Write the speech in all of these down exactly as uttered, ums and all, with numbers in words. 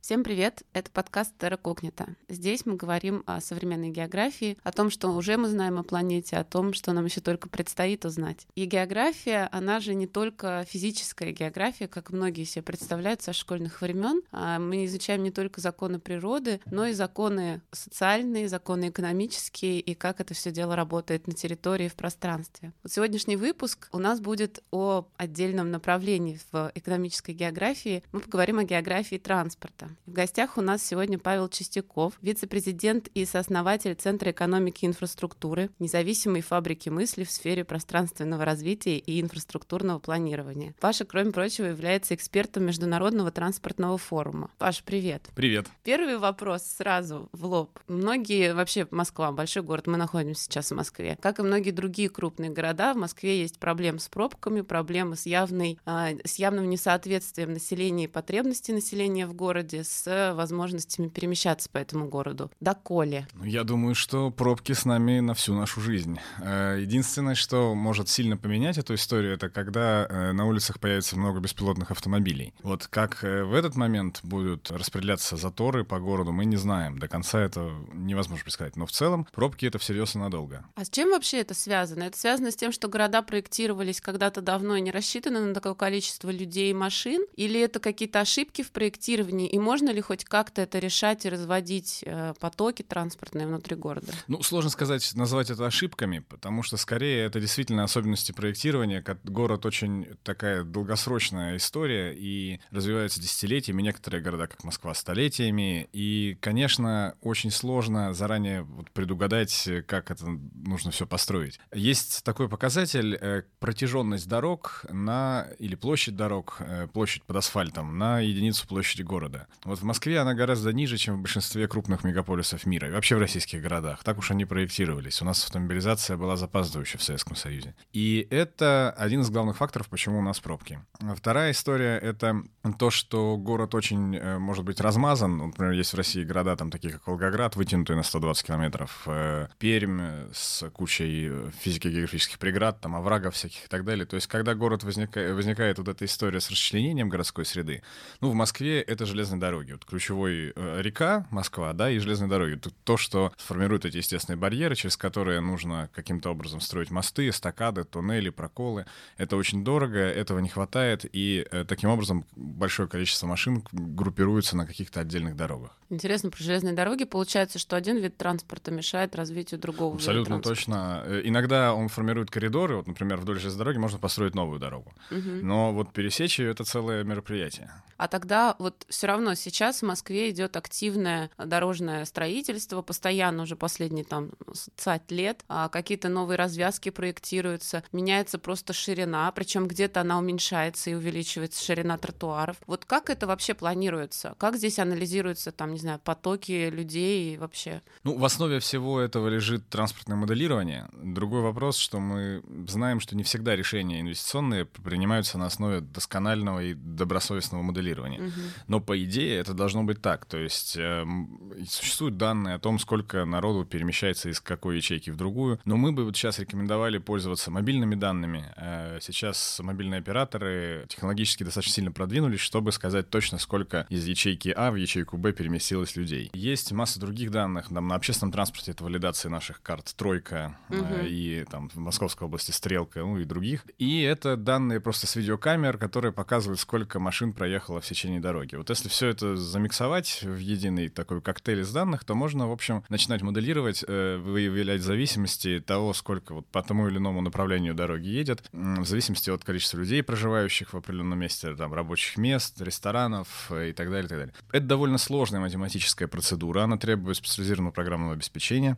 Всем привет! Это подкаст Terra Cognita. Здесь мы говорим о современной географии, о том, что уже мы знаем о планете, о том, что нам еще только предстоит узнать. И география, она же не только физическая география, как многие себе представляют со школьных времен. Мы изучаем не только законы природы, но и законы социальные, законы экономические, и как это все дело работает на территории, в пространстве. Вот сегодняшний выпуск у нас будет о отдельном направлении в экономической географии. Мы поговорим о географии транспорта. В гостях у нас сегодня Павел Чистяков, вице-президент и сооснователь Центра экономики и инфраструктуры, независимой фабрики мысли в сфере пространственного развития и инфраструктурного планирования. Паша, кроме прочего, является экспертом Международного транспортного форума. Паша, привет. Привет. Первый вопрос сразу в лоб. Многие, вообще Москва, большой город, мы находимся сейчас в Москве. Как и многие другие крупные города, в Москве есть проблемы с пробками, проблемы с, явной, э, с явным несоответствием населения и потребностей населения в городе, с возможностями перемещаться по этому городу. Доколе? Я думаю, что пробки с нами на всю нашу жизнь. Единственное, что может сильно поменять эту историю, это когда на улицах появится много беспилотных автомобилей. Вот как в этот момент будут распределяться заторы по городу, мы не знаем. До конца это невозможно предсказать. Но в целом пробки — это всерьез и надолго. А с чем вообще это связано? Это связано с тем, что города проектировались когда-то давно и не рассчитаны на такое количество людей и машин? Или это какие-то ошибки в проектировании? И можно ли хоть как-то это решать и разводить э, потоки транспортные внутри города? Ну, сложно сказать, назвать это ошибками, потому что скорее это действительно особенности проектирования. Город очень такая долгосрочная история и развивается десятилетиями, некоторые города, как Москва, столетиями. И, конечно, очень сложно заранее вот предугадать, как это нужно все построить. Есть такой показатель э, протяженность дорог на, или площадь дорог, э, площадь под асфальтом на единицу площади города. Вот в Москве она гораздо ниже, чем в большинстве крупных мегаполисов мира и вообще в российских городах. Так уж они проектировались. У нас автомобилизация была запаздывающая в Советском Союзе. И это один из главных факторов, почему у нас пробки. Вторая история — это то, что город очень, может быть, размазан. Например, есть в России города, там, такие как Волгоград, вытянутые на сто двадцать километров, Пермь с кучей физико-географических преград, там, оврагов всяких и так далее. То есть, когда город возникает, возникает вот эта история с расчленением городской среды, ну, в Москве это железные дороги. Вот ключевой э, река Москва, да, и железные дороги. Это то, что сформирует эти естественные барьеры, через которые нужно каким-то образом строить мосты, эстакады, туннели, проколы. Это очень дорого, этого не хватает, и э, таким образом большое количество машин группируется на каких-то отдельных дорогах. Интересно, про железные дороги получается, что один вид транспорта мешает развитию другого Абсолютно вида транспорта. Точно. Иногда он формирует коридоры. Вот, например, вдоль железной дороги можно построить новую дорогу. Угу. Но вот пересечь ее — это целое мероприятие. А тогда вот все равно сейчас в Москве идет активное дорожное строительство, постоянно уже последние там двадцать лет, а какие-то новые развязки проектируются, меняется просто ширина, причем где-то она уменьшается и увеличивается ширина тротуаров. Вот как это вообще планируется? Как здесь анализируются там, не знаю, потоки людей и вообще? Ну, в основе всего этого лежит транспортное моделирование. Другой вопрос, что мы знаем, что не всегда решения инвестиционные принимаются на основе досконального и добросовестного моделирования. Угу. Но по идее это должно быть так. То есть э, существуют данные о том, сколько народу перемещается из какой ячейки в другую. Но мы бы вот сейчас рекомендовали пользоваться мобильными данными. Э, сейчас мобильные операторы технологически достаточно сильно продвинулись, чтобы сказать точно, сколько из ячейки А в ячейку Б переместилось людей. Есть масса других данных. Там, на общественном транспорте это валидация наших карт «Тройка» угу. э, и там, в Московской области «Стрелка», ну и других. И это данные просто с видеокамер, которые показывают, сколько машин проехало в течение дороги. Вот если все это замиксовать в единый такой коктейль из данных, то можно, в общем, начинать моделировать, э, выявлять зависимости того, сколько вот по тому или иному направлению дороги едет, в зависимости от количества людей, проживающих в определенном месте, там, рабочих мест, ресторанов э, и так далее, и так далее. Это довольно сложная математическая процедура, она требует специализированного программного обеспечения,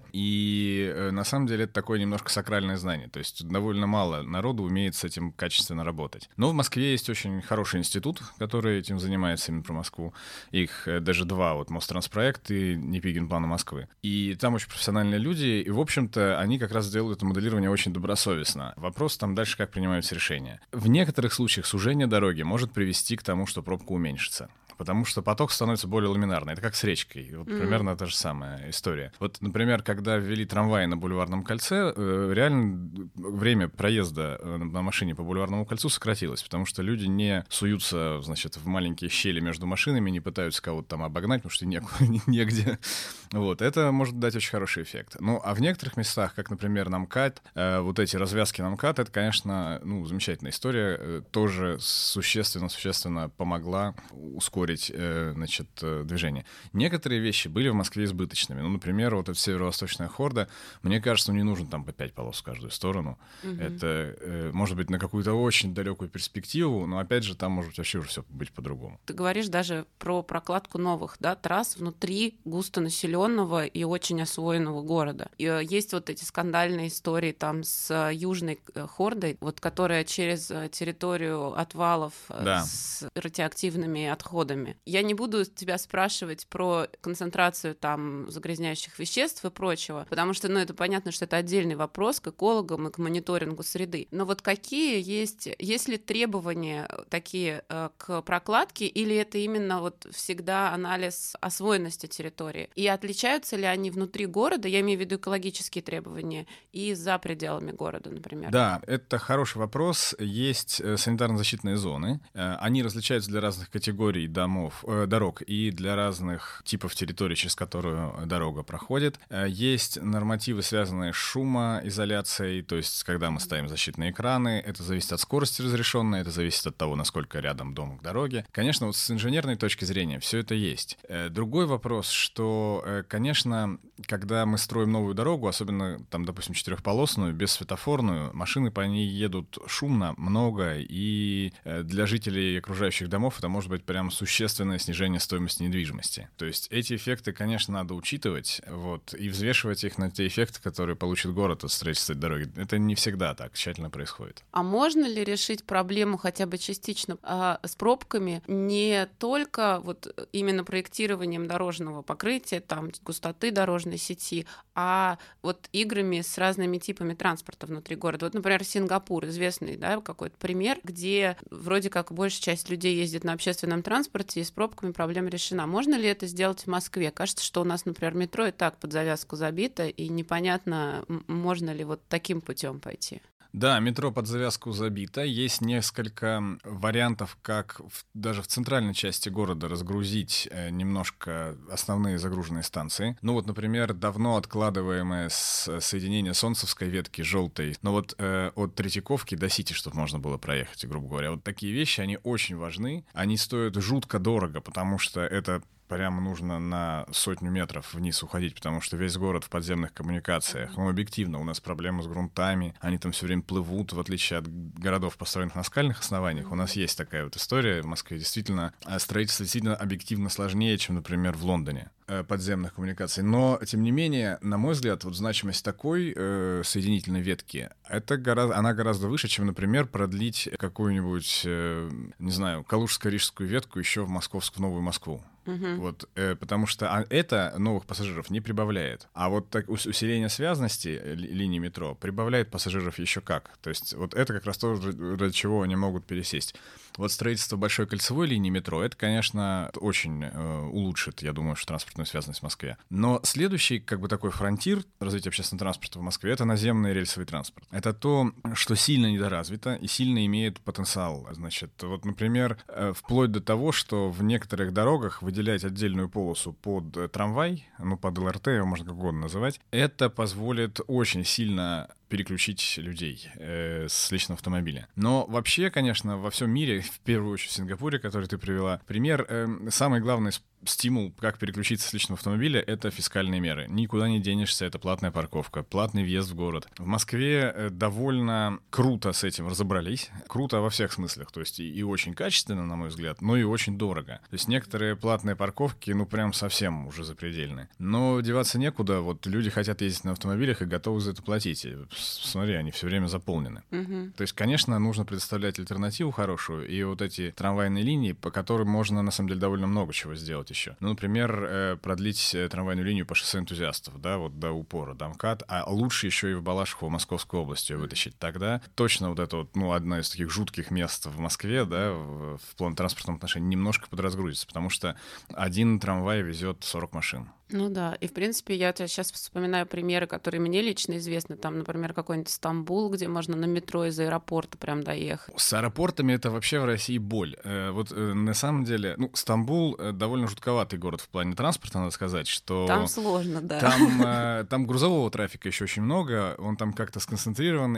и э, на самом деле это такое немножко сакральное знание, то есть довольно мало народу умеет с этим качественно работать. Но в Москве есть очень хороший институт, который этим занимается, именно про Москву. Их даже два, вот Мостранспроект и НИПИ Генплана Москвы. И там очень профессиональные люди, и, в общем-то, они как раз делают это моделирование очень добросовестно. Вопрос там дальше, как принимаются решения. В некоторых случаях сужение дороги может привести к тому, что пробка уменьшится. потому что поток становится более ламинарный. Это как с речкой. Вот mm-hmm. примерно та же самая история. Вот, например, когда ввели трамваи на Бульварном кольце, реально время проезда на машине по Бульварному кольцу сократилось, потому что люди не суются, значит, в маленькие щели между машинами, не пытаются кого-то там обогнать, потому что некуда, негде. Вот. Это может дать очень хороший эффект. Ну, а в некоторых местах, как, например, на МКАД, э, вот эти развязки на МКАД, это, конечно, ну, замечательная история, э, тоже существенно-существенно помогла ускорить, э, значит, э, движение. Некоторые вещи были в Москве избыточными. Ну, например, вот эта северо-восточная хорда, мне кажется, ну, не нужно там по пять полос в каждую сторону. Mm-hmm. Это, э, может быть, на какую-то очень далекую перспективу, но, опять же, там может вообще уже все быть по-другому. Ты говоришь даже про прокладку новых, да, трасс внутри густонаселенного и очень освоенного города. И есть вот эти скандальные истории там с южной хордой, вот, которая через территорию отвалов да. с радиоактивными отходами. Я не буду тебя спрашивать про концентрацию там загрязняющих веществ и прочего, потому что, ну, это понятно, что это отдельный вопрос к экологам и к мониторингу среды. Но вот какие есть, есть ли требования такие э, к прокладке, или это именно вот всегда анализ освоенности территории? И отличаются ли они внутри города, я имею в виду экологические требования, и за пределами города, например? Да, это хороший вопрос. Есть санитарно-защитные зоны. Они различаются для разных категорий домов, э, дорог и для разных типов территорий, через которую дорога проходит. Есть нормативы, связанные с шумоизоляцией, то есть когда мы ставим защитные экраны, это зависит от скорости разрешенной, это зависит от того, насколько рядом дом к дороге. Конечно, вот с инженерной точки зрения все это есть. Другой вопрос, что, конечно, когда мы строим новую дорогу, особенно там, допустим, четырехполосную, бессветофорную, машины по ней едут шумно, много, и для жителей окружающих домов это может быть прям существенное снижение стоимости недвижимости. То есть эти эффекты, конечно, надо учитывать, вот, и взвешивать их на те эффекты, которые получит город от строительства дороги. Это не всегда так тщательно происходит. А можно ли решить проблему хотя бы частично а, с пробками не только вот именно проектированием дорожного покрытия, там, густоты дорожной сети, а вот играми с разными типами транспорта внутри города? Вот, например, Сингапур, известный, да, какой-то пример, где вроде как большая часть людей ездит на общественном транспорте, и с пробками проблема решена. Можно ли это сделать в Москве? Кажется, что у нас, например, метро и так под завязку забито, и непонятно, можно ли вот таким путем пойти. Да, метро под завязку забито. Есть несколько вариантов, как в, даже в центральной части города разгрузить э, немножко основные загруженные станции. Ну вот, например, давно откладываемое с, соединение Солнцевской ветки желтой, но вот э, от Третьяковки до Сити, чтобы можно было проехать, грубо говоря. Вот такие вещи, они очень важны. Они стоят жутко дорого, потому что это прямо нужно на сотню метров вниз уходить, потому что весь город в подземных коммуникациях. Ну, объективно, у нас проблемы с грунтами, они там все время плывут, в отличие от городов, построенных на скальных основаниях. У нас есть такая вот история в Москве. Действительно, строительство действительно объективно сложнее, чем, например, в Лондоне подземных коммуникаций. Но, тем не менее, на мой взгляд, вот значимость такой э, соединительной ветки, это гораздо, она гораздо выше, чем, например, продлить какую-нибудь, э, не знаю, Калужско-Рижскую ветку еще в Московск, в Новую Москву. Uh-huh. Вот, э, потому что а, это новых пассажиров не прибавляет. А вот так, усиление связности ли, линии метро прибавляет пассажиров еще как. То есть вот это как раз то, ради чего они могут пересесть. Вот строительство большой кольцевой линии метро, это, конечно, очень э, улучшит, я думаю, что транспортную связанность в Москве. Но следующий, как бы такой фронтир развития общественного транспорта в Москве — это наземный рельсовый транспорт. Это то, что сильно недоразвито и сильно имеет потенциал. Значит, вот, например, э, вплоть до того, что в некоторых дорогах выделять отдельную полосу под э, трамвай, ну, под эл эр тэ, его можно как угодно называть, это позволит очень сильно переключить людей э, с личного автомобиля. Но вообще, конечно, во всем мире, в первую очередь в Сингапуре, который ты привела пример, э, самый главный стимул, как переключиться с личного автомобиля, это фискальные меры. Никуда не денешься, это платная парковка, платный въезд в город. В Москве э, довольно круто с этим разобрались. Круто во всех смыслах. То есть и, и очень качественно, на мой взгляд, но и очень дорого. То есть некоторые платные парковки, ну, прям совсем уже запредельные. Но деваться некуда. Вот люди хотят ездить на автомобилях и готовы за это платить. смотри, они все время заполнены. Угу. То есть, конечно, нужно предоставлять альтернативу хорошую, и вот эти трамвайные линии, по которым можно, на самом деле, довольно много чего сделать еще. Ну, например, продлить трамвайную линию по шоссе энтузиастов, да, вот до упора, до МКАД, а лучше еще и в Балашиху, Московской области вытащить. Тогда точно вот это вот, ну, одно из таких жутких мест в Москве, да, в, в плане транспортном отношении, немножко подразгрузится, потому что один трамвай везет сорок машин. Ну да, и в принципе я сейчас вспоминаю примеры, которые мне лично известны. Там, например, какой-нибудь Стамбул, где можно на метро из аэропорта прям доехать. С аэропортами это вообще в России боль. Вот на самом деле, ну, Стамбул довольно жутковатый город в плане транспорта, надо сказать, что... Там сложно, да. Там, там грузового трафика еще очень много, он там как-то сконцентрирован,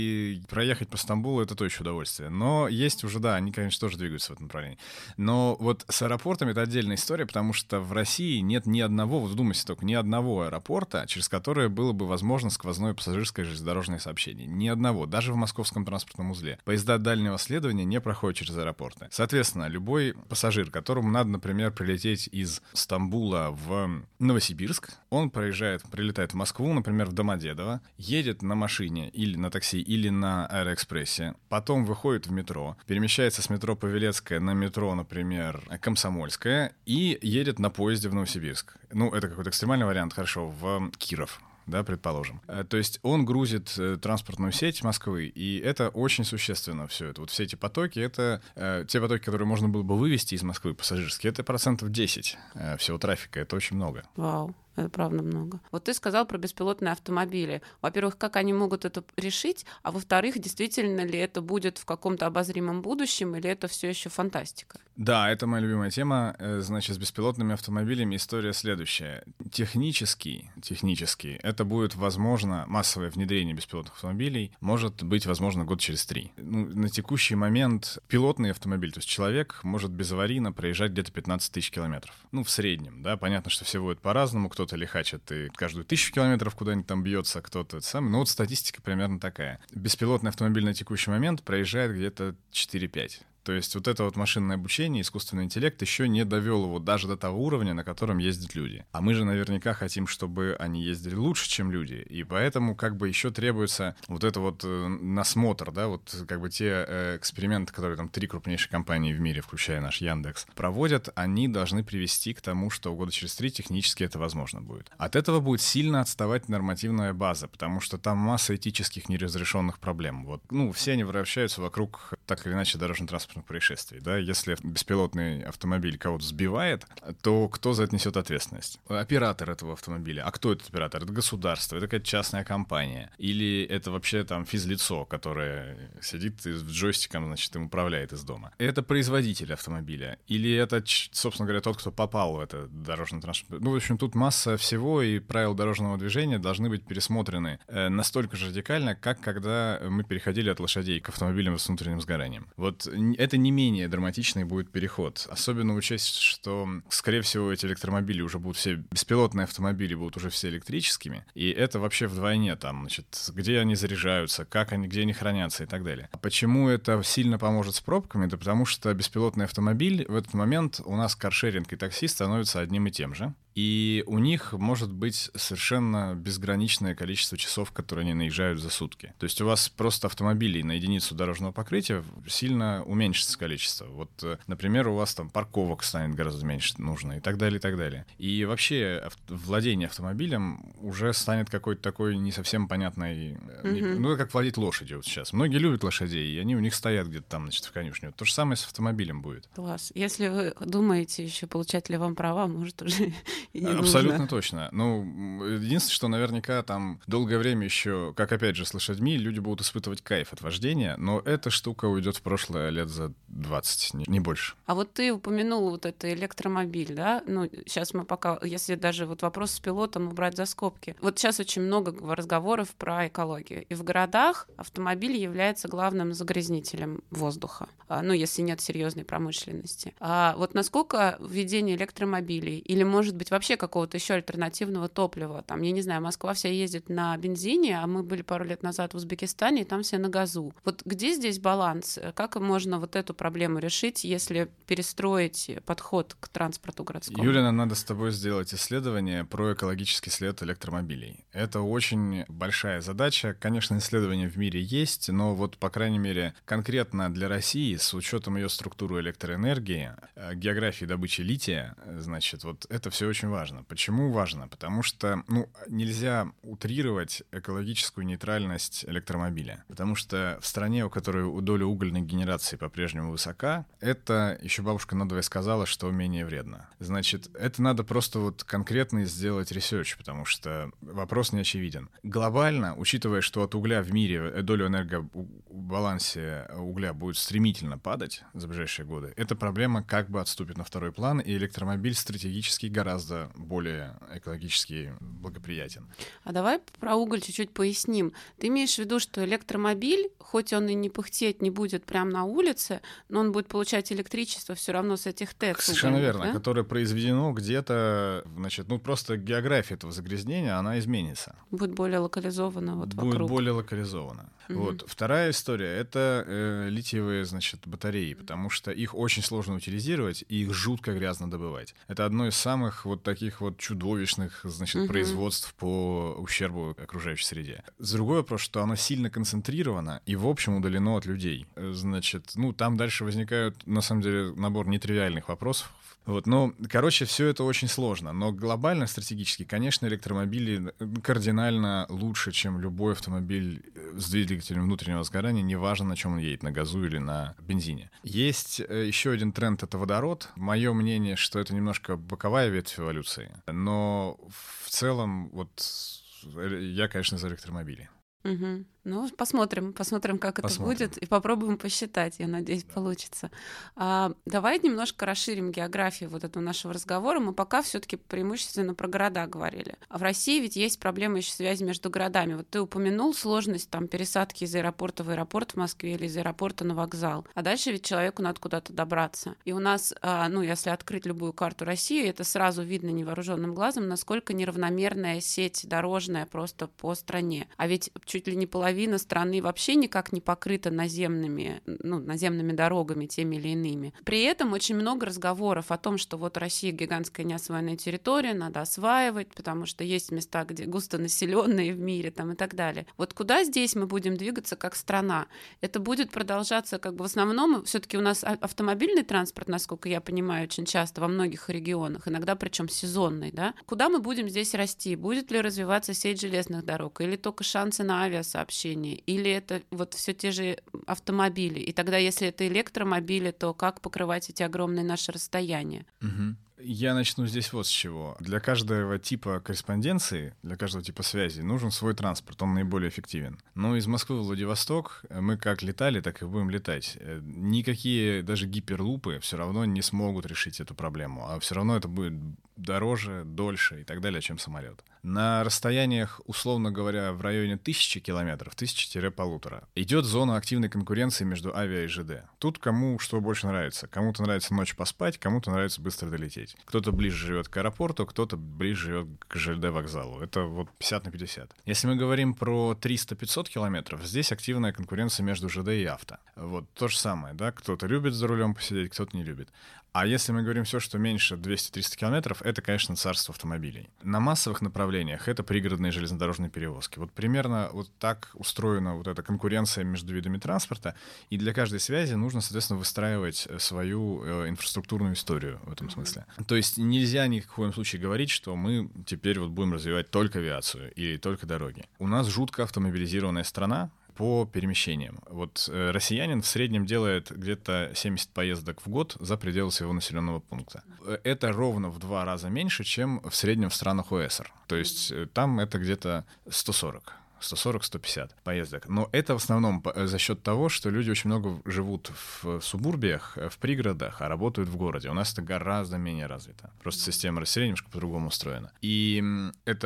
и проехать по Стамбулу — это то еще удовольствие. Но есть уже, да, они, конечно, тоже двигаются в этом направлении. Но вот с аэропортами это отдельная история, потому что в России нет ни одного, вот вдумайся только, ни одного аэропорта, через которое было бы возможно сквозное пассажирское железнодорожное сообщение. Ни одного, даже в московском транспортном узле. Поезда дальнего следования не проходят через аэропорты. Соответственно, любой пассажир, которому надо, например, прилететь из Стамбула в Новосибирск, он проезжает, прилетает в Москву, например, в Домодедово, едет на машине или на такси, или на аэроэкспрессе, потом выходит в метро, перемещается с метро Павелецкая на метро, например, Комсомольская, и едет на поезде в Новосибирск. Ну, это какой-то экстремальный вариант, хорошо, в Киров, да, предположим. То есть он грузит транспортную сеть Москвы, и это очень существенно все это. Вот все эти потоки, это э, те потоки, которые можно было бы вывести из Москвы пассажирские, это процентов десять э, всего трафика, это очень много. Вау. Это правда много. Вот ты сказал про беспилотные автомобили. Во-первых, как они могут это решить, а во-вторых, действительно ли это будет в каком-то обозримом будущем, или это все еще фантастика? Да, это моя любимая тема. Значит, с беспилотными автомобилями история следующая. Технически, технически это будет возможно, массовое внедрение беспилотных автомобилей может быть возможно год через три. Ну, на текущий момент пилотный автомобиль, то есть человек, может безаварийно проезжать где-то пятнадцать тысяч километров. Ну, в среднем, да, понятно, что все будет по-разному, кто-то лихачит и каждую тысячу километров куда-нибудь там бьется, кто-то сам. Но вот статистика примерно такая. Беспилотный автомобиль на текущий момент проезжает где-то четыре-пять. То есть вот это вот машинное обучение, искусственный интеллект еще не довел его даже до того уровня, на котором ездят люди. А мы же наверняка хотим, чтобы они ездили лучше, чем люди. И поэтому как бы еще требуется вот это вот э, насмотр, да, вот как бы те э, эксперименты, которые там три крупнейшие компании в мире, включая наш Яндекс, проводят, они должны привести к тому, что года через три технически это возможно будет. От этого будет сильно отставать нормативная база, потому что там масса этических неразрешенных проблем. Вот, ну, все они вращаются вокруг так или иначе дорожно-транспортных происшествий, да, если беспилотный автомобиль кого-то сбивает, то кто за это несет ответственность? Оператор этого автомобиля. А кто этот оператор? Это государство, это какая-то частная компания. Или это вообще там физлицо, которое сидит и с джойстиком, значит, им управляет из дома. Это производитель автомобиля. Или это, собственно говоря, тот, кто попал в это дорожно-транспортное. Ну, в общем, тут масса всего, и правила дорожного движения должны быть пересмотрены э, настолько же радикально, как когда мы переходили от лошадей к автомобилям с внутренним сгоранием. Вот это не менее драматичный будет переход. Особенно учесть, что, скорее всего, эти электромобили уже будут все, беспилотные автомобили будут уже все электрическими, и это вообще вдвойне там, значит, где они заряжаются, как они, где они хранятся и так далее. А почему это сильно поможет с пробками? Да потому что беспилотный автомобиль в этот момент у нас каршеринг и такси становятся одним и тем же. И у них может быть совершенно безграничное количество часов, которые они наезжают за сутки. То есть у вас просто автомобилей на единицу дорожного покрытия сильно уменьшится количество. Вот, например, у вас там парковок станет гораздо меньше нужно и так далее, и так далее. И вообще ав- владение автомобилем уже станет какой-то такой не совсем понятной... Mm-hmm. Ну, как владеть лошадью вот сейчас. Многие любят лошадей, и они у них стоят где-то там, значит, в конюшне. Вот то же самое с автомобилем будет. Класс. Если вы думаете еще, получать ли вам права, может, уже... И не абсолютно нужно. Точно. Ну, единственное, что наверняка там долгое время еще, как опять же с лошадьми, люди будут испытывать кайф от вождения, но эта штука уйдет в прошлое лет за двадцать, не, не больше. А вот ты упомянул вот это электромобиль, да? Ну, сейчас мы пока, если даже вот вопрос с пилотом убрать за скобки. Вот сейчас очень много разговоров про экологию. И в городах автомобиль является главным загрязнителем воздуха. Ну, если нет серьезной промышленности. А вот насколько введение электромобилей или, может быть, быть вообще какого-то еще альтернативного топлива. Там, я не знаю, Москва вся ездит на бензине, а мы были пару лет назад в Узбекистане, и там все на газу. Вот где здесь баланс? Как можно вот эту проблему решить, если перестроить подход к транспорту городскому? Юлия, нам надо с тобой сделать исследование про экологический след электромобилей. Это очень большая задача. Конечно, исследования в мире есть, но вот, по крайней мере, конкретно для России, с учетом ее структуры электроэнергии, географии добычи лития, значит, вот это все очень важно. Почему важно? Потому что, ну, нельзя утрировать экологическую нейтральность электромобиля. Потому что в стране, у которой доля угольной генерации по-прежнему высока, это, еще бабушка надвое сказала, что менее вредно. Значит, это надо просто вот конкретно сделать ресерч, потому что вопрос не очевиден. Глобально, учитывая, что от угля в мире доля энергобалансе угля будет стремительно падать за ближайшие годы, эта проблема как бы отступит на второй план, и электромобиль стратегически гораздо более экологически благоприятен. А давай про уголь чуть-чуть поясним. Ты имеешь в виду, что электромобиль, хоть он и не пыхтеть не будет прямо на улице, но он будет получать электричество все равно с этих ТЭЦ. Совершенно угольных, верно, да? которое произведено где-то, значит, ну просто география этого загрязнения, она изменится. Будет более локализовано вот Будет вокруг. более локализовано. Мгм. Вот. Вторая история — это э, литиевые, значит, батареи, потому что их очень сложно утилизировать, и их жутко грязно добывать. Это одно из самых вот таких вот чудовищных, значит, Мгм. производств по ущербу окружающей среде. Другой вопрос, что оно сильно концентрировано и, в общем, удалено от людей. Э, Значит, ну, там дальше возникают, на самом деле, набор нетривиальных вопросов. Вот, ну, короче, все это очень сложно, но глобально, стратегически, конечно, электромобили кардинально лучше, чем любой автомобиль с двигателем внутреннего сгорания, неважно, на чем он едет, на газу или на бензине. Есть э, еще один тренд — это водород. Мое мнение, что это немножко боковая ветвь эволюции, но в целом вот э, я, конечно, за электромобили. Мгм. Ну, посмотрим, посмотрим, как Посмотрим. это будет, и попробуем посчитать, я надеюсь, Да. получится. А, давай немножко расширим географию вот этого нашего разговора. Мы пока все-таки преимущественно про города говорили. А в России ведь есть проблема еще связи между городами. Вот ты упомянул сложность там пересадки из аэропорта в аэропорт в Москве или из аэропорта на вокзал. А дальше ведь человеку надо куда-то добраться. И у нас, а, ну, если открыть любую карту России, это сразу видно невооруженным глазом, насколько неравномерная сеть дорожная просто по стране. А ведь чуть ли не половина страны вообще никак не покрыта наземными, ну, наземными дорогами теми или иными. При этом очень много разговоров о том, что вот Россия гигантская неосвоенная территория, надо осваивать, потому что есть места, где густонаселенные в мире там, и так далее. Вот куда здесь мы будем двигаться как страна? Это будет продолжаться как бы в основном, все-таки у нас а- автомобильный транспорт, насколько я понимаю, очень часто во многих регионах, иногда причем сезонный, да? Куда мы будем здесь расти? Будет ли развиваться сеть железных дорог? Или только шансы на авиасообщение? Или это вот все те же автомобили? И тогда, если это электромобили, то как покрывать эти огромные наши расстояния? Мгм. Я начну здесь вот с чего. Для каждого типа корреспонденции, для каждого типа связи нужен свой транспорт, он наиболее эффективен. Но из Москвы в Владивосток мы как летали, так и будем летать. Э, Никакие даже гиперлупы все равно не смогут решить эту проблему, а все равно это будет дороже, дольше и так далее, чем самолет. На расстояниях, условно говоря, в районе тысячи километров, тысячи-полутора, идет зона активной конкуренции между авиа и ЖД. Тут кому что больше нравится. Кому-то нравится ночь поспать, кому-то нравится быстро долететь. Кто-то ближе живет к аэропорту, кто-то ближе живет к ЖД вокзалу. Это вот пятьдесят на пятьдесят. Если мы говорим про триста-пятьсот километров, здесь активная конкуренция между ЖД и авто. Вот то же самое, да, кто-то любит за рулем посидеть, кто-то не любит. А если мы говорим все, что меньше двести-триста километров, это, конечно, царство автомобилей. На массовых направлениях это пригородные железнодорожные перевозки. Вот примерно вот так устроена вот эта конкуренция между видами транспорта, и для каждой связи нужно, соответственно, выстраивать свою э, инфраструктурную историю в этом смысле. То есть нельзя ни в коем случае говорить, что мы теперь вот будем развивать только авиацию или только дороги. У нас жутко автомобилизированная страна по перемещениям. Вот э, россиянин в среднем делает где-то семьдесят поездок в год за пределы своего населенного пункта. Э, Это ровно в два раза меньше, чем в среднем в странах ОЭСР. То есть э, там это где-то сто сорок. сто сорок - сто пятьдесят поездок. Но это в основном за счет того, что люди очень много живут в субурбиях, в пригородах, а работают в городе. У нас это гораздо менее развито. Просто система расселения немножко по-другому устроена. И это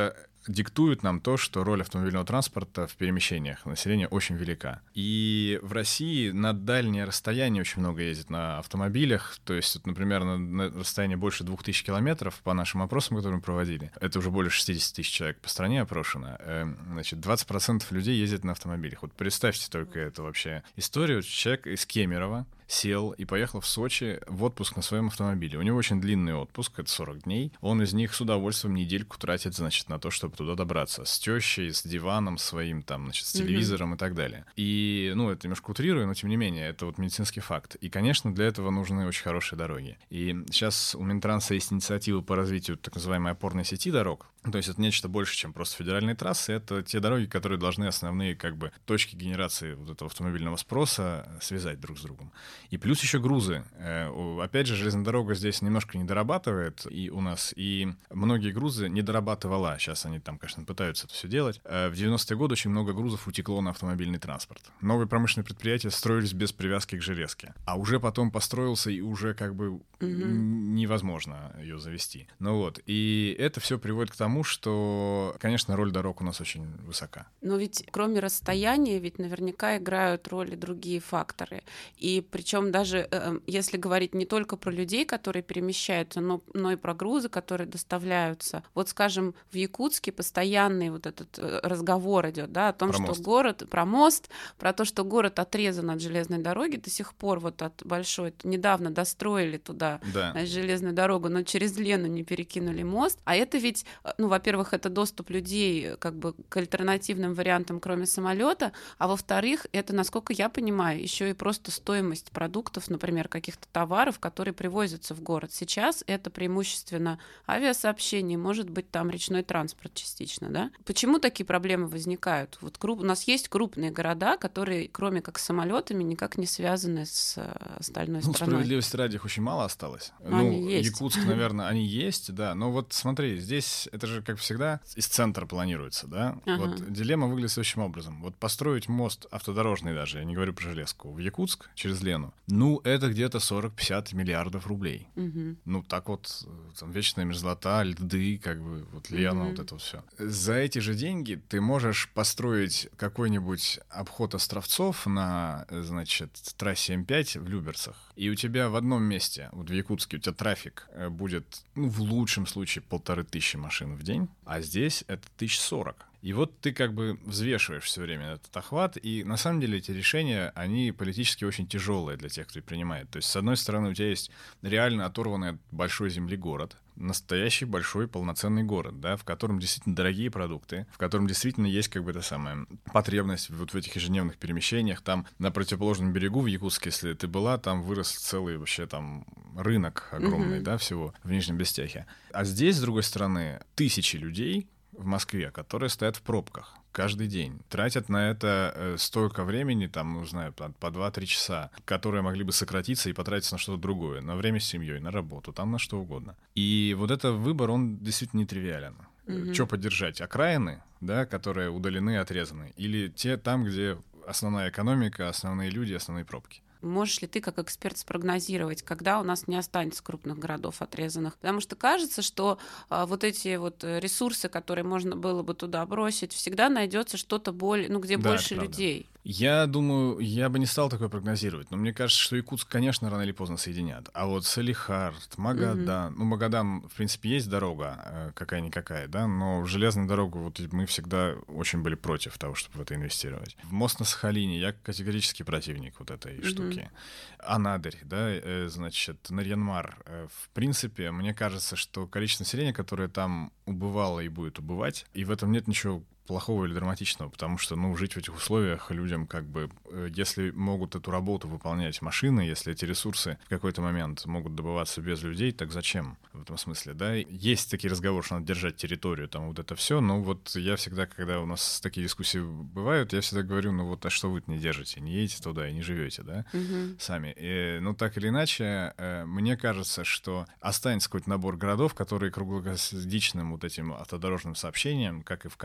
диктуют нам то, что роль автомобильного транспорта в перемещениях населения очень велика. И в России на дальние расстояния очень много ездит на автомобилях. То есть, вот, например, на, на расстоянии больше двух тысяч километров, по нашим опросам, которые мы проводили, это уже более шестьдесят тысяч человек по стране опрошено, э, значит, двадцать процентов людей ездят на автомобилях. Вот представьте только эту вообще историю. Человек из Кемерово сел и поехал в Сочи в отпуск на своем автомобиле. У него очень длинный отпуск, это сорок дней. Он из них с удовольствием недельку тратит, значит, на то, чтобы туда добраться. С тещей, с диваном своим, там, значит, с телевизором mm-hmm. и так далее. И, ну, это немножко утрирую, но тем не менее, это вот медицинский факт. И, конечно, для этого нужны очень хорошие дороги. И сейчас у Минтранса есть инициатива по развитию так называемой опорной сети дорог. То есть это нечто больше, чем просто федеральные трассы. Это те дороги, которые должны основные, как бы, точки генерации вот этого автомобильного спроса связать друг с другом. И плюс еще грузы. Опять же, железная дорога здесь немножко не дорабатывает и у нас, и многие грузы не дорабатывала. Сейчас они там, конечно, пытаются это все делать. В девяностые годы очень много грузов утекло на автомобильный транспорт. Новые промышленные предприятия строились без привязки к железке. А уже потом построился, и уже как бы mm-hmm. невозможно ее завести. Ну вот. И это все приводит к тому, что, конечно, роль дорог у нас очень высока. Но ведь кроме расстояния, ведь наверняка играют роль и другие факторы. И причем даже э, если говорить не только про людей, которые перемещаются, но, но и про грузы, которые доставляются. Вот, скажем, в Якутске постоянный вот этот разговор идет, да, о том, про что мост. город, про мост, про то, что город отрезан от железной дороги до сих пор вот от большой, недавно достроили туда да. железную дорогу, но через Лену не перекинули мост. А это ведь, ну, во-первых, это доступ людей как бы к альтернативным вариантам, кроме самолета, а во-вторых, это, насколько я понимаю, еще и просто стоимость продуктов, например, каких-то товаров, которые привозятся в город. Сейчас это преимущественно авиасообщение, может быть, там речной транспорт частично, да? Почему такие проблемы возникают? Вот круп... У нас есть крупные города, которые, кроме как с самолетами, никак не связаны с остальной ну, страной. Справедливости ради их очень мало осталось. Но ну, они есть. Якутск, наверное, они есть, да. Но вот смотри, здесь это же, как всегда, из центра планируется, да? Ага. Вот дилемма выглядит следующим образом. Вот построить мост автодорожный даже, я не говорю про железку, в Якутск через Лену, ну, это где-то сорок-пятьдесят миллиардов рублей. Угу. Ну, так вот, там, вечная мерзлота, льды, как бы, вот Лена, угу. вот это вот все. За эти же деньги ты можешь построить какой-нибудь обход островцов на, значит, трассе эм пять в Люберцах, и у тебя в одном месте, вот в Якутске, у тебя трафик будет, ну, в лучшем случае полторы тысячи машин в день, а здесь это тысяч сорок. И вот ты как бы взвешиваешь все время этот охват, и на самом деле эти решения, они политически очень тяжелые для тех, кто их принимает. То есть, с одной стороны, у тебя есть реально оторванный от большой земли город, настоящий большой полноценный город, да, в котором действительно дорогие продукты, в котором действительно есть как бы та самая потребность вот в этих ежедневных перемещениях. Там на противоположном берегу в Якутске, если ты была, там вырос целый вообще там рынок огромный, mm-hmm. да, всего в Нижнем Бестяхе. А здесь, с другой стороны, тысячи людей в Москве, которые стоят в пробках каждый день, тратят на это э, столько времени, там, ну, знаю, по, по два-три часа, которые могли бы сократиться и потратиться на что-то другое, на время с семьей, на работу, там на что угодно. И вот этот выбор, он действительно нетривиален. Mm-hmm. Что поддержать? Окраины, да, которые удалены, отрезаны, или те там, где основная экономика, основные люди, основные пробки? Можешь ли ты, как эксперт, спрогнозировать, когда у нас не останется крупных городов отрезанных? Потому что кажется, что а, вот эти вот ресурсы, которые можно было бы туда бросить, всегда найдется что-то более, ну, где да, больше правда. людей. Я думаю, я бы не стал такое прогнозировать, но мне кажется, что Якутск, конечно, рано или поздно соединят. А вот Салехард, Магадан, mm-hmm. ну, Магадан, в принципе, есть дорога, какая-никакая, да, но железную дорогу вот мы всегда очень были против того, чтобы в это инвестировать. В мост на Сахалине я категорически противник вот этой mm-hmm. штуки. Анадырь, да, значит, Нарьян-Мар. В принципе, мне кажется, что количество населения, которое там убывало и будет убывать, и в этом нет ничего плохого или драматичного, потому что, ну, жить в этих условиях людям как бы, если могут эту работу выполнять машины, если эти ресурсы в какой-то момент могут добываться без людей, так зачем в этом смысле, да? Есть такие разговоры, что надо держать территорию, там вот это все, но вот я всегда, когда у нас такие дискуссии бывают, я всегда говорю, ну вот, а что вы не держите, не едете туда и не живете, да, угу. сами. И, ну, так или иначе, мне кажется, что останется какой-то набор городов, которые круглогодичным вот этим автодорожным сообщением, как и в Канаде,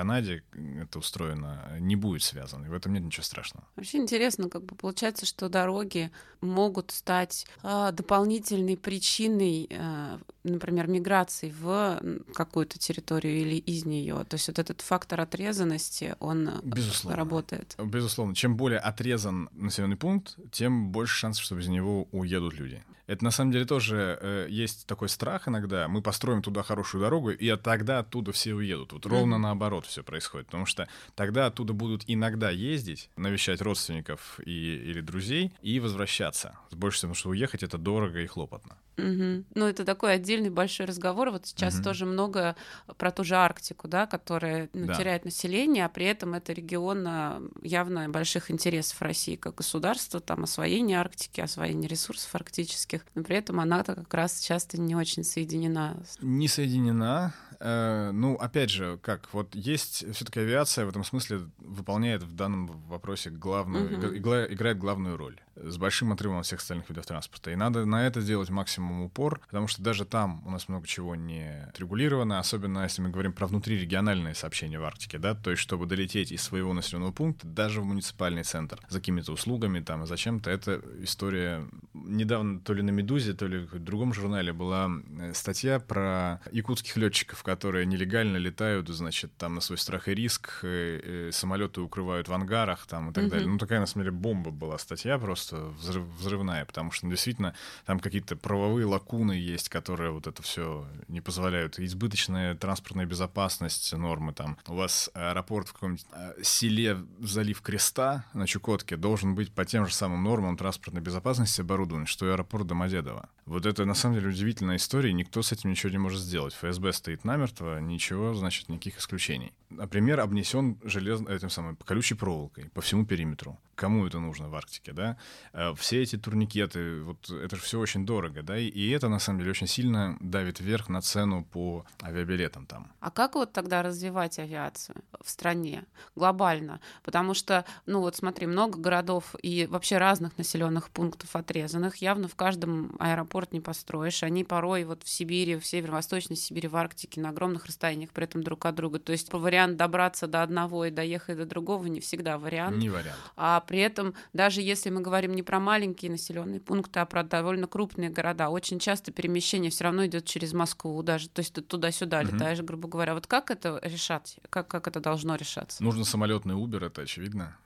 это устроено, не будет связан. И в этом нет ничего страшного. Вообще интересно, как бы получается, что дороги могут стать а, дополнительной причиной, а, например, миграции в какую-то территорию или из нее. То есть вот этот фактор отрезанности, он Безусловно. работает. Безусловно. Чем более отрезан населенный пункт, тем больше шансов, что из него уедут люди. Это на самом деле тоже э, есть такой страх иногда. Мы построим туда хорошую дорогу, и тогда оттуда все уедут. Вот ровно mm-hmm. наоборот все происходит. Потому что тогда оттуда будут иногда ездить, навещать родственников и, или друзей и возвращаться. С большей, потому что уехать — это дорого и хлопотно. Угу. Ну, это такой отдельный большой разговор. Вот сейчас угу. тоже много про ту же Арктику, да, которая ну, да. теряет население, а при этом это регион явно больших интересов России как государства, там освоение Арктики, освоение ресурсов арктических, но при этом она-то как раз часто не очень соединена. Не соединена. Э, ну, опять же, как вот есть все-таки авиация в этом смысле выполняет в данном вопросе главную, угу. игра, играет главную роль с большим отрывом от всех остальных видов транспорта. И надо на это делать максимум упор, потому что даже там у нас много чего не отрегулировано, особенно если мы говорим про внутрирегиональные сообщения в Арктике, да, то есть чтобы долететь из своего населенного пункта даже в муниципальный центр за какими-то услугами там и зачем-то. Это история недавно то ли на «Медузе», то ли в другом журнале была статья про якутских летчиков, которые нелегально летают, значит, там на свой страх и риск, самолеты укрывают в ангарах там и так mm-hmm. далее. Ну, такая, на самом деле, бомба была статья, просто взрыв, взрывная, потому что ну, действительно там какие-то правовые лакуны есть, которые вот это все не позволяют. Избыточная транспортная безопасность, нормы там. У вас аэропорт в каком-нибудь селе в залив Креста на Чукотке должен быть по тем же самым нормам транспортной безопасности оборудован, что и аэропорт Домодедово. Вот это на самом деле удивительная история, и никто с этим ничего не может сделать. ФСБ стоит намертво, ничего, значит, никаких исключений. Например, обнесен железным, этим самым, колючей проволокой по всему периметру. Кому это нужно в Арктике, да? Все эти турникеты, вот это же все очень дорого, да, и это, на самом деле, очень сильно давит вверх на цену по авиабилетам там. А как вот тогда развивать авиацию в стране глобально? Потому что, ну вот смотри, много городов и вообще разных населенных пунктов отрезанных, явно в каждом аэропорт не построишь, они порой вот в Сибири, в северо-восточной Сибири, в Арктике на огромных расстояниях при этом друг от друга, то есть вариант добраться до одного и доехать до другого не всегда вариант. Не вариант. А при этом, даже если мы говорим не про маленькие населенные пункты, а про довольно крупные города, очень часто перемещение все равно идет через Москву даже, то есть ты туда-сюда угу. летаешь, грубо говоря. Вот как это решать? Как, как это должно решаться? Нужно самолетный Uber, это очевидно.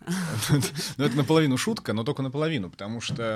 Но это наполовину шутка, но только наполовину, потому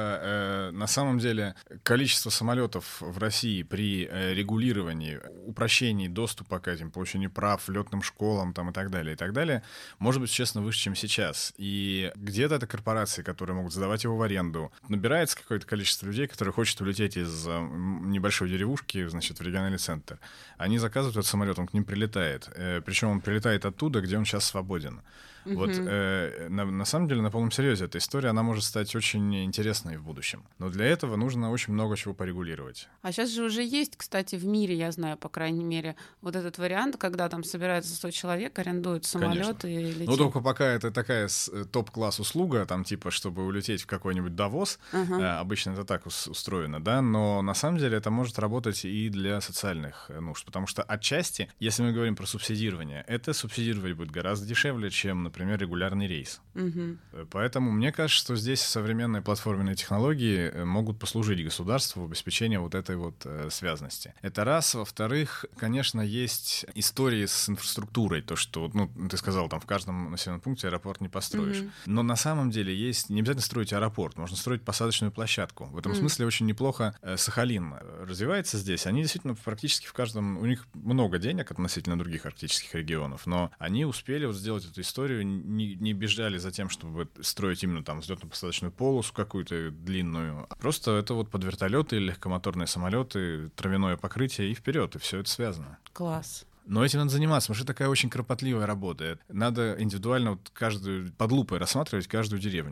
что на самом деле количество самолетов в России при регулировании, упрощении доступа к этим, получению прав, летным школам там, и так далее, и так далее, может быть, честно, выше, чем сейчас. И где-то это корпорации, которые могут сдавать его в аренду. Набирается какое-то количество людей, которые хотят улететь из небольшой деревушки, значит, в региональный центр. Они заказывают этот самолет, он к ним прилетает. Причем он прилетает оттуда, где он сейчас свободен. Uh-huh. Вот э, на, на самом деле, на полном серьезе, эта история, она может стать очень интересной в будущем. Но для этого нужно очень много чего порегулировать. А сейчас же уже есть, кстати, в мире, я знаю, по крайней мере, вот этот вариант, когда там собирается сто человек, арендуют самолет и летит. Ну, только пока это такая топ-класс услуга, там, типа, чтобы улететь в какой-нибудь Давос, uh-huh. э, обычно это так устроено, да, но на самом деле это может работать и для социальных нужд, потому что отчасти, если мы говорим про субсидирование, это субсидировать будет гораздо дешевле, чем, например, например, регулярный рейс. Угу. Поэтому мне кажется, что здесь современные платформенные технологии могут послужить государству в обеспечении вот этой вот э, связности. Это раз. Во-вторых, конечно, есть истории с инфраструктурой. То, что, ну, ты сказал, там в каждом населенном пункте аэропорт не построишь. Угу. Но на самом деле есть не обязательно строить аэропорт, можно строить посадочную площадку. В этом угу. смысле очень неплохо э, Сахалин развивается здесь. Они действительно практически в каждом... У них много денег относительно других арктических регионов, но они успели вот сделать эту историю, Не, не бежали за тем, чтобы строить именно там взлетно-посадочную полосу какую-то длинную. Просто это вот под вертолеты, легкомоторные самолеты, травяное покрытие и вперед, и все это связано. Класс. Но этим надо заниматься, потому что это такая очень кропотливая работа. Надо индивидуально вот каждую, под лупой рассматривать каждую деревню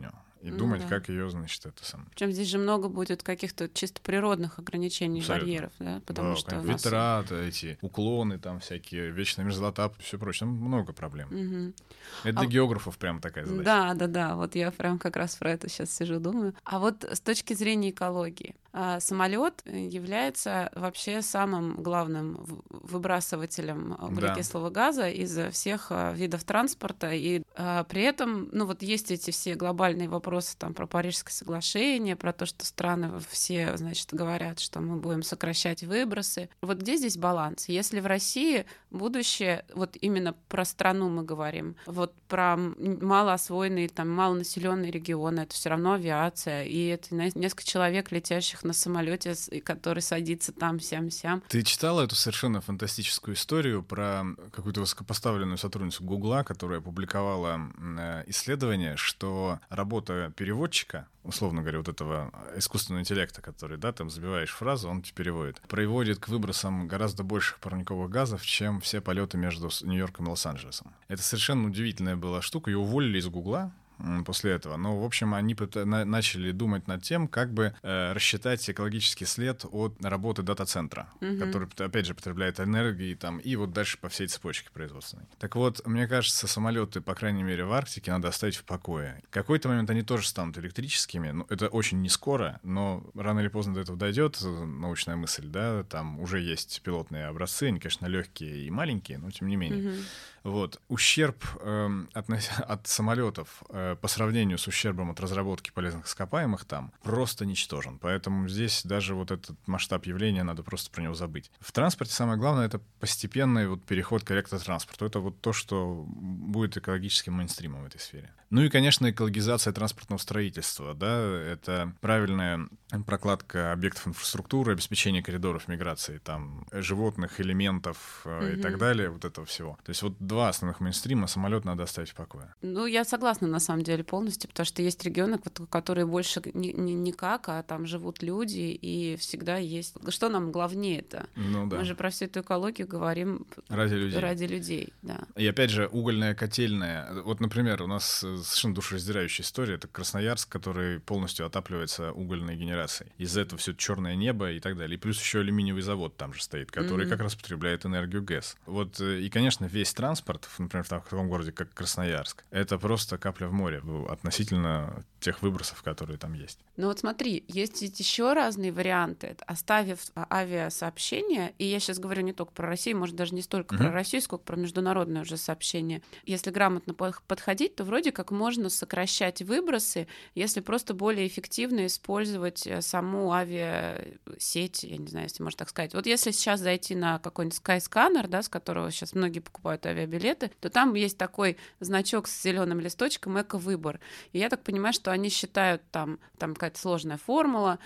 и ну, думать, да. как ее, значит, это сам. Причем здесь же много будет каких-то чисто природных ограничений, абсолютно. Барьеров, да, потому да, что ветра, нас... эти уклоны, там всякие вечная мерзлота, все прочее, там много проблем. Угу. Это для а... географов прям такая задача. Да, да, да, вот я прям как раз про это сейчас сижу, думаю. А вот с точки зрения экологии, самолет является вообще самым главным выбрасывателем углекислого да. газа из всех видов транспорта, и а, при этом, ну вот есть эти все глобальные вопросы там про Парижское соглашение, про то, что страны все, значит, говорят, что мы будем сокращать выбросы. Вот где здесь баланс? Если в России будущее, вот именно про страну мы говорим, вот про малоосвоенные, там, малонаселенные регионы, это все равно авиация, и это несколько человек, летящих на самолете, который садится там, сям-сям. Ты читала эту совершенно фантастическую историю про какую-то высокопоставленную сотрудницу Гугла, которая опубликовала исследование, что работа переводчика, условно говоря, вот этого искусственного интеллекта, который, да, там забиваешь фразу, он тебе переводит, приводит к выбросам гораздо больших парниковых газов, чем все полеты между Нью-Йорком и Лос-Анджелесом. Это совершенно удивительная была штука. Ее уволили из Гугла после этого. Но, в общем, они начали думать над тем, как бы э, рассчитать экологический след от работы дата-центра, mm-hmm. который, опять же, потребляет энергии там, и вот дальше по всей цепочке производственной. Так вот, мне кажется, самолеты, по крайней мере, в Арктике надо оставить в покое. В какой-то момент они тоже станут электрическими. Ну, это очень не скоро, но рано или поздно до этого дойдет научная мысль, да, там уже есть пилотные образцы, они, конечно, легкие и маленькие, но тем не менее. Mm-hmm. Вот. Ущерб э, от, от самолетов э, по сравнению с ущербом от разработки полезных ископаемых там просто ничтожен. Поэтому здесь даже вот этот масштаб явления, надо просто про него забыть. В транспорте самое главное — это постепенный вот переход к электротранспорту. Это вот то, что будет экологическим мейнстримом в этой сфере. Ну и, конечно, экологизация транспортного строительства. Да? Это правильная прокладка объектов инфраструктуры, обеспечение коридоров миграции, там, животных, элементов э, mm-hmm. и так далее, вот этого всего. То есть вот два основных мейнстрима, самолет надо оставить в покое. Ну, я согласна, на самом деле, полностью, потому что есть регионы, которые больше ни, ни, никак, а там живут люди, и всегда есть... Что нам главнее-то? Ну, да. Мы же про всю эту экологию говорим ради людей. Ради людей, да. И опять же, угольная котельная. Вот, например, у нас совершенно душераздирающая история. Это Красноярск, который полностью отапливается угольной генерацией. Из-за этого все черное небо и так далее. И плюс еще алюминиевый завод там же стоит, который mm-hmm. как раз потребляет энергию ГЭС. Вот, и, конечно, весь транспорт, например, в таком городе, как Красноярск, это просто капля в море относительно тех выбросов, которые там есть. Ну вот смотри, есть ведь еще разные варианты. Оставив авиасообщение, и я сейчас говорю не только про Россию, может, даже не столько mm-hmm. про Россию, сколько про международное уже сообщение. Если грамотно подходить, то вроде как можно сокращать выбросы, если просто более эффективно использовать саму авиасеть, я не знаю, если можно так сказать. Вот если сейчас зайти на какой-нибудь Skyscanner, да, с которого сейчас многие покупают авиабилеты, то там есть такой значок с зеленым листочком «Эко-выбор». И я так понимаю, что они считают там, там какая-то сложная формула,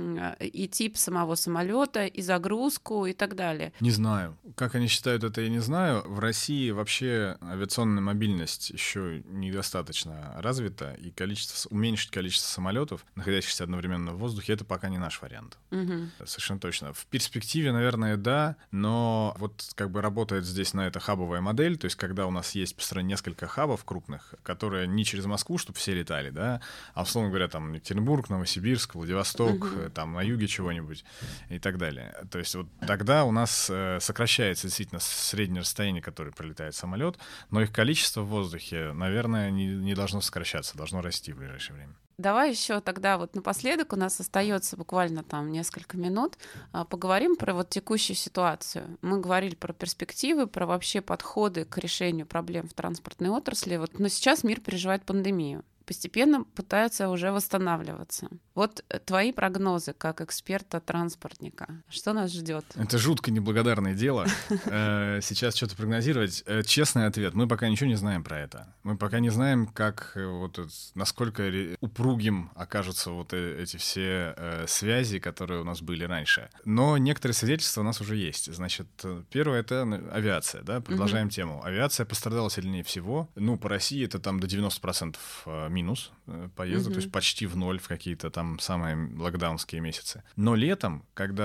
и тип самого самолета, и загрузку, и так далее. Не знаю. Как они считают это, я не знаю. В России вообще авиационная мобильность еще недостаточно развита, и количество, уменьшить количество самолетов, находящихся одновременно в воздухе, это пока не наш вариант. Угу. Совершенно точно. В перспективе, наверное, да, но вот как бы работает здесь на это хабовая модель, то есть когда у нас есть по стране несколько хабов крупных, которые не через Москву, чтобы все летали, да, а, условно говоря, там Екатеринбург, Новосибирск, Владивосток, угу. там на юге чего-нибудь и так далее. То есть вот тогда у нас э, сокращается действительно среднее расстояние, которое пролетает самолет, но их количество в воздухе, наверное, не, не должно сокращаться, должно расти в ближайшее время. Давай еще тогда вот напоследок, у нас остается буквально там несколько минут, поговорим про вот текущую ситуацию. Мы говорили про перспективы, про вообще подходы к решению проблем в транспортной отрасли. Вот, но сейчас мир переживает пандемию. Постепенно пытаются уже восстанавливаться. Вот твои прогнозы как эксперта-транспортника. Что нас ждет? Это жутко неблагодарное дело. Сейчас что-то прогнозировать. Честный ответ. Мы пока ничего не знаем про это. Мы пока не знаем, как вот насколько упругим окажутся вот эти все связи, которые у нас были раньше. Но некоторые свидетельства у нас уже есть. Значит, первое — это авиация. Да? Продолжаем mm-hmm. тему. Авиация пострадала сильнее всего. Ну, по России это там до девяносто процентов минус поездок, mm-hmm. то есть почти в ноль в какие-то там самые локдаунские месяцы. Но летом, когда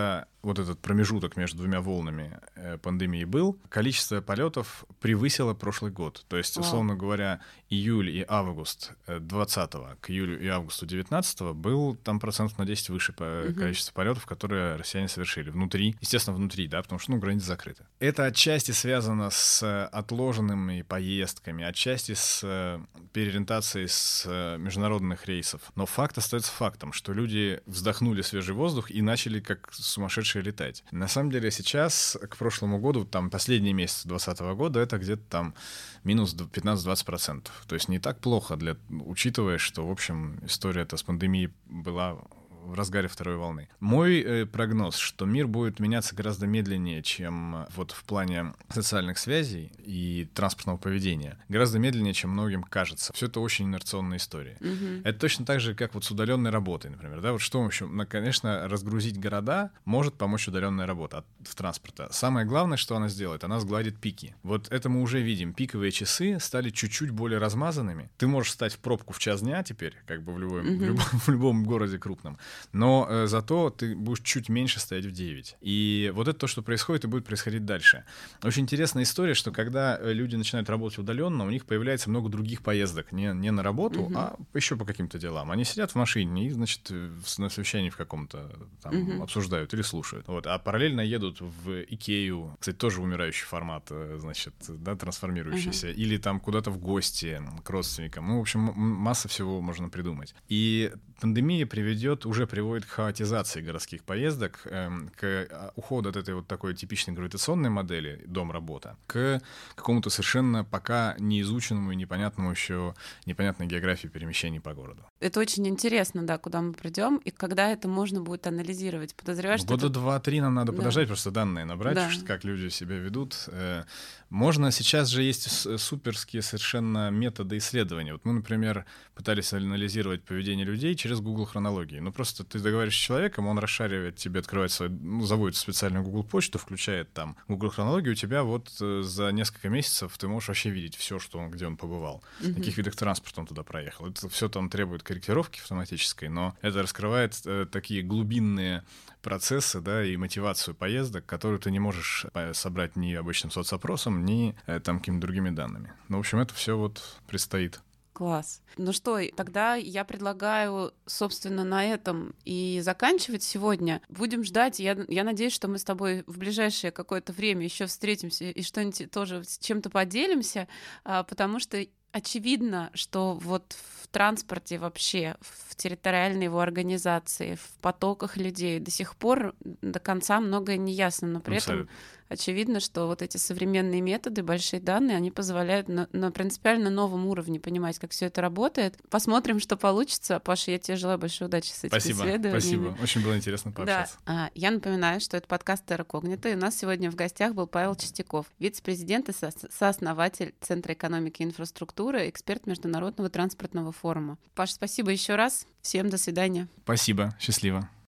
вот этот промежуток между двумя волнами пандемии был, количество полетов превысило прошлый год. То есть, условно wow. говоря, июль и август двадцатого к июлю и августу девятнадцатого был там процентов на десять выше по uh-huh. количеству полетов, которые россияне совершили. Внутри, естественно, внутри, да, потому что, ну, границы закрыты. Это отчасти связано с отложенными поездками, отчасти с переориентацией с международных рейсов. Но факт остается фактом, что люди вздохнули свежий воздух и начали как сумасшедшие летать. На самом деле сейчас, к прошлому году, там последние месяцы двадцатого года, это где-то там минус пятнадцать-двадцать процентов. То есть не так плохо, для, учитывая, что, в общем, история-то с пандемией была в разгаре второй волны. Мой э, прогноз, что мир будет меняться гораздо медленнее, чем вот в плане социальных связей и транспортного поведения. Гораздо медленнее, чем многим кажется. Все это очень инерционная история. Mm-hmm. Это точно так же, как вот с удаленной работой, например. Да? Вот что еще? Ну, конечно, разгрузить города может помочь удаленная работа от, в транспорта. Самое главное, что она сделает, она сгладит пики. Вот это мы уже видим. Пиковые часы стали чуть-чуть более размазанными. Ты можешь встать в пробку в час дня теперь, как бы в любом, mm-hmm. в любом, в любом городе крупном. Но э, зато ты будешь чуть меньше стоять в девять. И вот это то, что происходит и будет происходить дальше. Очень интересная история, что когда люди начинают работать удаленно, у них появляется много других поездок. Не, не на работу, uh-huh. а еще по каким-то делам. Они сидят в машине и, значит, на совещании в каком-то там uh-huh. обсуждают или слушают. Вот. А параллельно едут в Икею, кстати, тоже умирающий формат, значит, да, трансформирующийся. Uh-huh. Или там куда-то в гости к родственникам. Ну, в общем, масса всего можно придумать. И пандемия приведет, уже приводит к хаотизации городских поездок, эм, к уходу от этой вот такой типичной гравитационной модели дом-работа к какому-то совершенно пока неизученному и непонятному еще непонятной географии перемещений по городу. Это очень интересно, да, куда мы придем и когда это можно будет анализировать. Подозреваю, что года это... два-три нам надо да. подождать, просто данные набрать, да. как люди себя ведут. Можно, сейчас же есть суперские совершенно методы исследования. Вот мы, например, пытались анализировать поведение людей через Google хронологии. Ну, просто ты договариваешься с человеком, он расшаривает тебе, открывает свой, ну, заводит специальную Google почту, включает там Google хронологию, у тебя вот за несколько месяцев ты можешь вообще видеть все, что он, где он побывал, mm-hmm. на каких видах транспорта он туда проехал. Это все там требует корректировки автоматической, но это раскрывает э, такие глубинные процессы, да, и мотивацию поездок, которую ты не можешь собрать ни обычным соцопросом, ни э, там какими-то другими данными. Ну, в общем, это все вот предстоит. Класс. Ну что, тогда я предлагаю, собственно, на этом и заканчивать сегодня. Будем ждать. Я, я надеюсь, что мы с тобой в ближайшее какое-то время еще встретимся и что-нибудь тоже с чем-то поделимся, потому что очевидно, что вот в транспорте вообще, в территориальной его организации, в потоках людей до сих пор до конца многое не ясно, но при Абсолютно. этом очевидно, что вот эти современные методы, большие данные, они позволяют на, на принципиально новом уровне понимать, как все это работает. Посмотрим, что получится. Паша, я тебе желаю большой удачи с этими спасибо, исследованиями. Спасибо, очень было интересно пообщаться. Да. Я напоминаю, что это подкаст Terra Cognita, и у нас сегодня в гостях был Павел Чистяков, вице-президент и со- сооснователь Центра экономики и инфраструктуры, эксперт Международного транспортного форума. Паш, спасибо еще раз. Всем до свидания. Спасибо, счастливо.